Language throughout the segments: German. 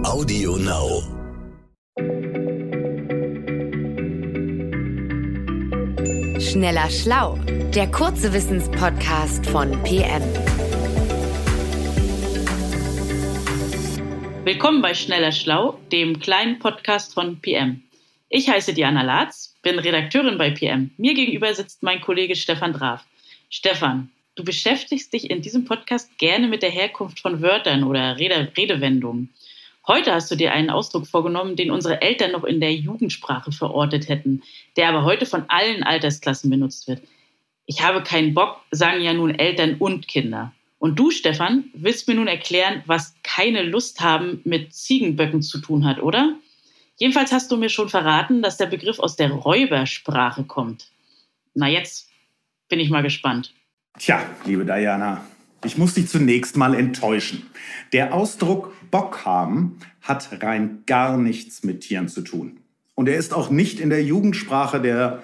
Audio Now. Schneller Schlau, der kurze Wissenspodcast von PM. Willkommen bei Schneller Schlau, dem kleinen Podcast von PM. Ich heiße Diana Latz, bin Redakteurin bei PM. Mir gegenüber sitzt mein Kollege Stefan Draf. Stefan, du beschäftigst dich in diesem Podcast gerne mit der Herkunft von Wörtern oder Redewendungen. Heute hast du dir einen Ausdruck vorgenommen, den unsere Eltern noch in der Jugendsprache verortet hätten, der aber heute von allen Altersklassen benutzt wird. Ich habe keinen Bock, sagen ja nun Eltern und Kinder. Und du, Stefan, willst mir nun erklären, was keine Lust haben mit Ziegenböcken zu tun hat, oder? Jedenfalls hast du mir schon verraten, dass der Begriff aus der Räubersprache kommt. Na, jetzt bin ich mal gespannt. Tja, liebe Diana, ich muss dich zunächst mal enttäuschen. Der Ausdruck Bock haben hat rein gar nichts mit Tieren zu tun. Und er ist auch nicht in der Jugendsprache der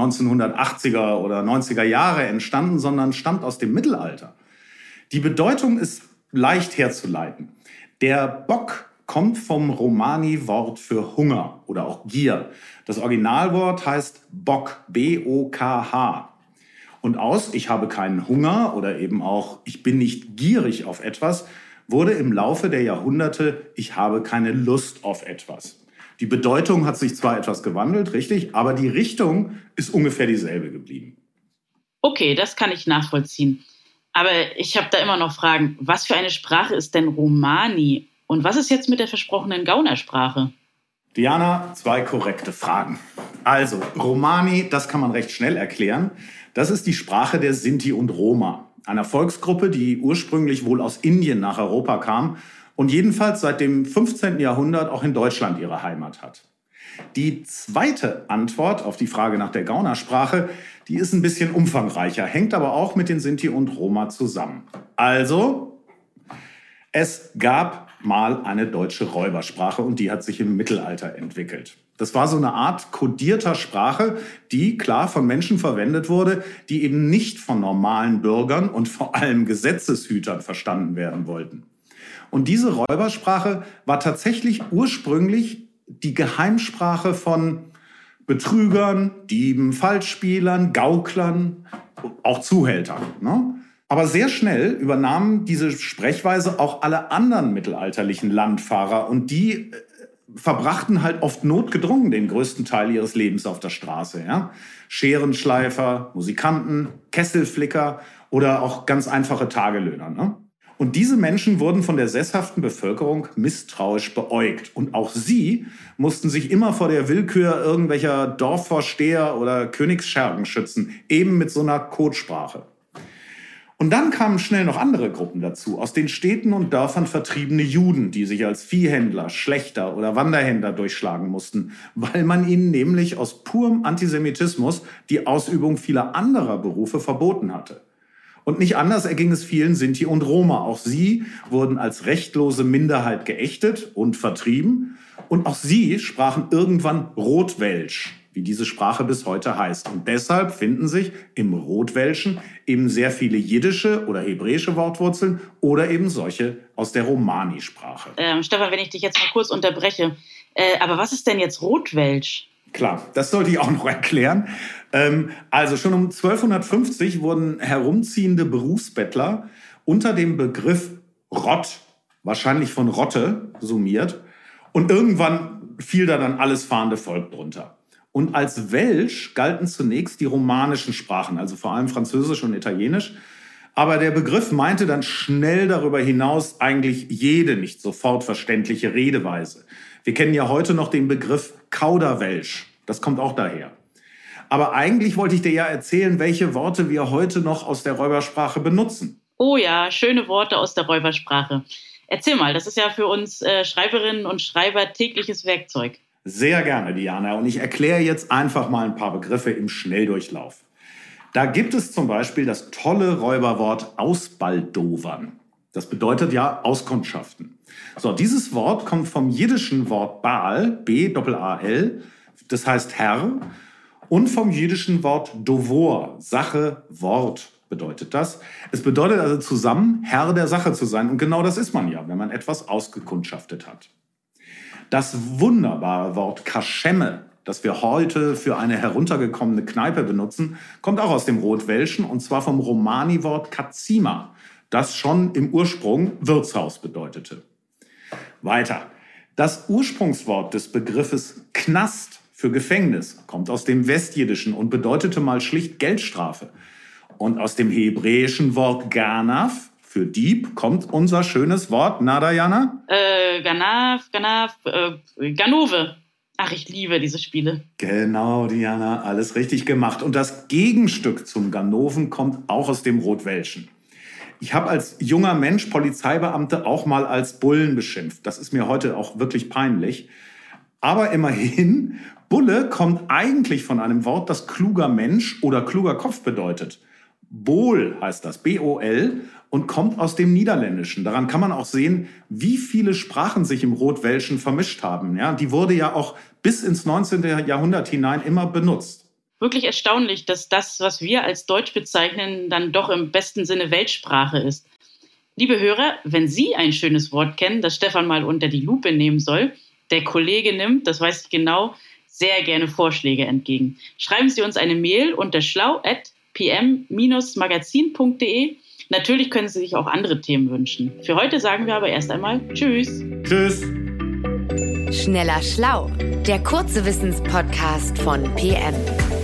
1980er oder 90er Jahre entstanden, sondern stammt aus dem Mittelalter. Die Bedeutung ist leicht herzuleiten. Der Bock kommt vom Romani-Wort für Hunger oder auch Gier. Das Originalwort heißt Bock, B-O-K-H. Und aus ich habe keinen Hunger oder eben auch ich bin nicht gierig auf etwas, wurde im Laufe der Jahrhunderte ich habe keine Lust auf etwas. Die Bedeutung hat sich zwar etwas gewandelt, richtig, aber die Richtung ist ungefähr dieselbe geblieben. Okay, das kann ich nachvollziehen. Aber ich habe da immer noch Fragen. Was für eine Sprache ist denn Romani? Und was ist jetzt mit der versprochenen Gaunersprache? Diana, 2 korrekte Fragen. Also, Romani, das kann man recht schnell erklären. Das ist die Sprache der Sinti und Roma, einer Volksgruppe, die ursprünglich wohl aus Indien nach Europa kam und jedenfalls seit dem 15. Jahrhundert auch in Deutschland ihre Heimat hat. Die zweite Antwort auf die Frage nach der Gaunersprache, die ist ein bisschen umfangreicher, hängt aber auch mit den Sinti und Roma zusammen. Also, es gab mal eine deutsche Räubersprache und die hat sich im Mittelalter entwickelt. Das war so eine Art kodierter Sprache, die klar von Menschen verwendet wurde, die eben nicht von normalen Bürgern und vor allem Gesetzeshütern verstanden werden wollten. Und diese Räubersprache war tatsächlich ursprünglich die Geheimsprache von Betrügern, Dieben, Falschspielern, Gauklern, auch Zuhältern, ne? Aber sehr schnell übernahmen diese Sprechweise auch alle anderen mittelalterlichen Landfahrer und die verbrachten halt oft notgedrungen den größten Teil ihres Lebens auf der Straße. Ja? Scherenschleifer, Musikanten, Kesselflicker oder auch ganz einfache Tagelöhner. Ne? Und diese Menschen wurden von der sesshaften Bevölkerung misstrauisch beäugt. Und auch sie mussten sich immer vor der Willkür irgendwelcher Dorfvorsteher oder Königsschergen schützen, eben mit so einer Codesprache. Und dann kamen schnell noch andere Gruppen dazu, aus den Städten und Dörfern vertriebene Juden, die sich als Viehhändler, Schlächter oder Wanderhändler durchschlagen mussten, weil man ihnen nämlich aus purem Antisemitismus die Ausübung vieler anderer Berufe verboten hatte. Und nicht anders erging es vielen Sinti und Roma. Auch sie wurden als rechtlose Minderheit geächtet und vertrieben. Und auch sie sprachen irgendwann Rotwelsch, wie diese Sprache bis heute heißt. Und deshalb finden sich im Rotwelschen eben sehr viele jiddische oder hebräische Wortwurzeln oder eben solche aus der Romani-Sprache. Stefan, wenn ich dich jetzt mal kurz unterbreche, aber was ist denn jetzt Rotwelsch? Klar, das sollte ich auch noch erklären. Also schon um 1250 wurden herumziehende Berufsbettler unter dem Begriff Rott, wahrscheinlich von Rotte, summiert. Und irgendwann fiel da dann alles fahrende Volk drunter. Und als Welsch galten zunächst die romanischen Sprachen, also vor allem Französisch und Italienisch. Aber der Begriff meinte dann schnell darüber hinaus eigentlich jede nicht sofort verständliche Redeweise. Wir kennen ja heute noch den Begriff Kauderwelsch. Das kommt auch daher. Aber eigentlich wollte ich dir ja erzählen, welche Worte wir heute noch aus der Räubersprache benutzen. Oh ja, schöne Worte aus der Räubersprache. Erzähl mal, das ist ja für uns Schreiberinnen und Schreiber tägliches Werkzeug. Sehr gerne, Diana. Und ich erkläre jetzt einfach mal ein paar Begriffe im Schnelldurchlauf. Da gibt es zum Beispiel das tolle Räuberwort ausbaldowern. Das bedeutet ja auskundschaften. So, dieses Wort kommt vom jiddischen Wort Baal, B-A-A-L, das heißt Herr, und vom jüdischen Wort Dovor, Sache, Wort bedeutet das. Es bedeutet also zusammen, Herr der Sache zu sein. Und genau das ist man ja, wenn man etwas ausgekundschaftet hat. Das wunderbare Wort Kaschemme, das wir heute für eine heruntergekommene Kneipe benutzen, kommt auch aus dem Rotwelschen, und zwar vom Romani-Wort Kazima, das schon im Ursprung Wirtshaus bedeutete. Weiter. Das Ursprungswort des Begriffes Knast für Gefängnis kommt aus dem Westjiddischen und bedeutete mal schlicht Geldstrafe. Und aus dem hebräischen Wort Ganav für Dieb kommt unser schönes Wort, na Diana? Ganove. Ach, ich liebe diese Spiele. Genau, Diana, alles richtig gemacht. Und das Gegenstück zum Ganoven kommt auch aus dem Rotwelschen. Ich habe als junger Mensch Polizeibeamte auch mal als Bullen beschimpft. Das ist mir heute auch wirklich peinlich. Aber immerhin, Bulle kommt eigentlich von einem Wort, das kluger Mensch oder kluger Kopf bedeutet. Bol heißt das, B-O-L, und kommt aus dem Niederländischen. Daran kann man auch sehen, wie viele Sprachen sich im Rotwelschen vermischt haben. Ja, die wurde ja auch bis ins 19. Jahrhundert hinein immer benutzt. Wirklich erstaunlich, dass das, was wir als Deutsch bezeichnen, dann doch im besten Sinne Weltsprache ist. Liebe Hörer, wenn Sie ein schönes Wort kennen, das Stefan mal unter die Lupe nehmen soll, der Kollege nimmt, das weiß ich genau, sehr gerne Vorschläge entgegen. Schreiben Sie uns eine Mail unter schlau@pm-magazin.de. Natürlich können Sie sich auch andere Themen wünschen. Für heute sagen wir aber erst einmal Tschüss. Tschüss. Schneller Schlau, der kurze Wissenspodcast von PM.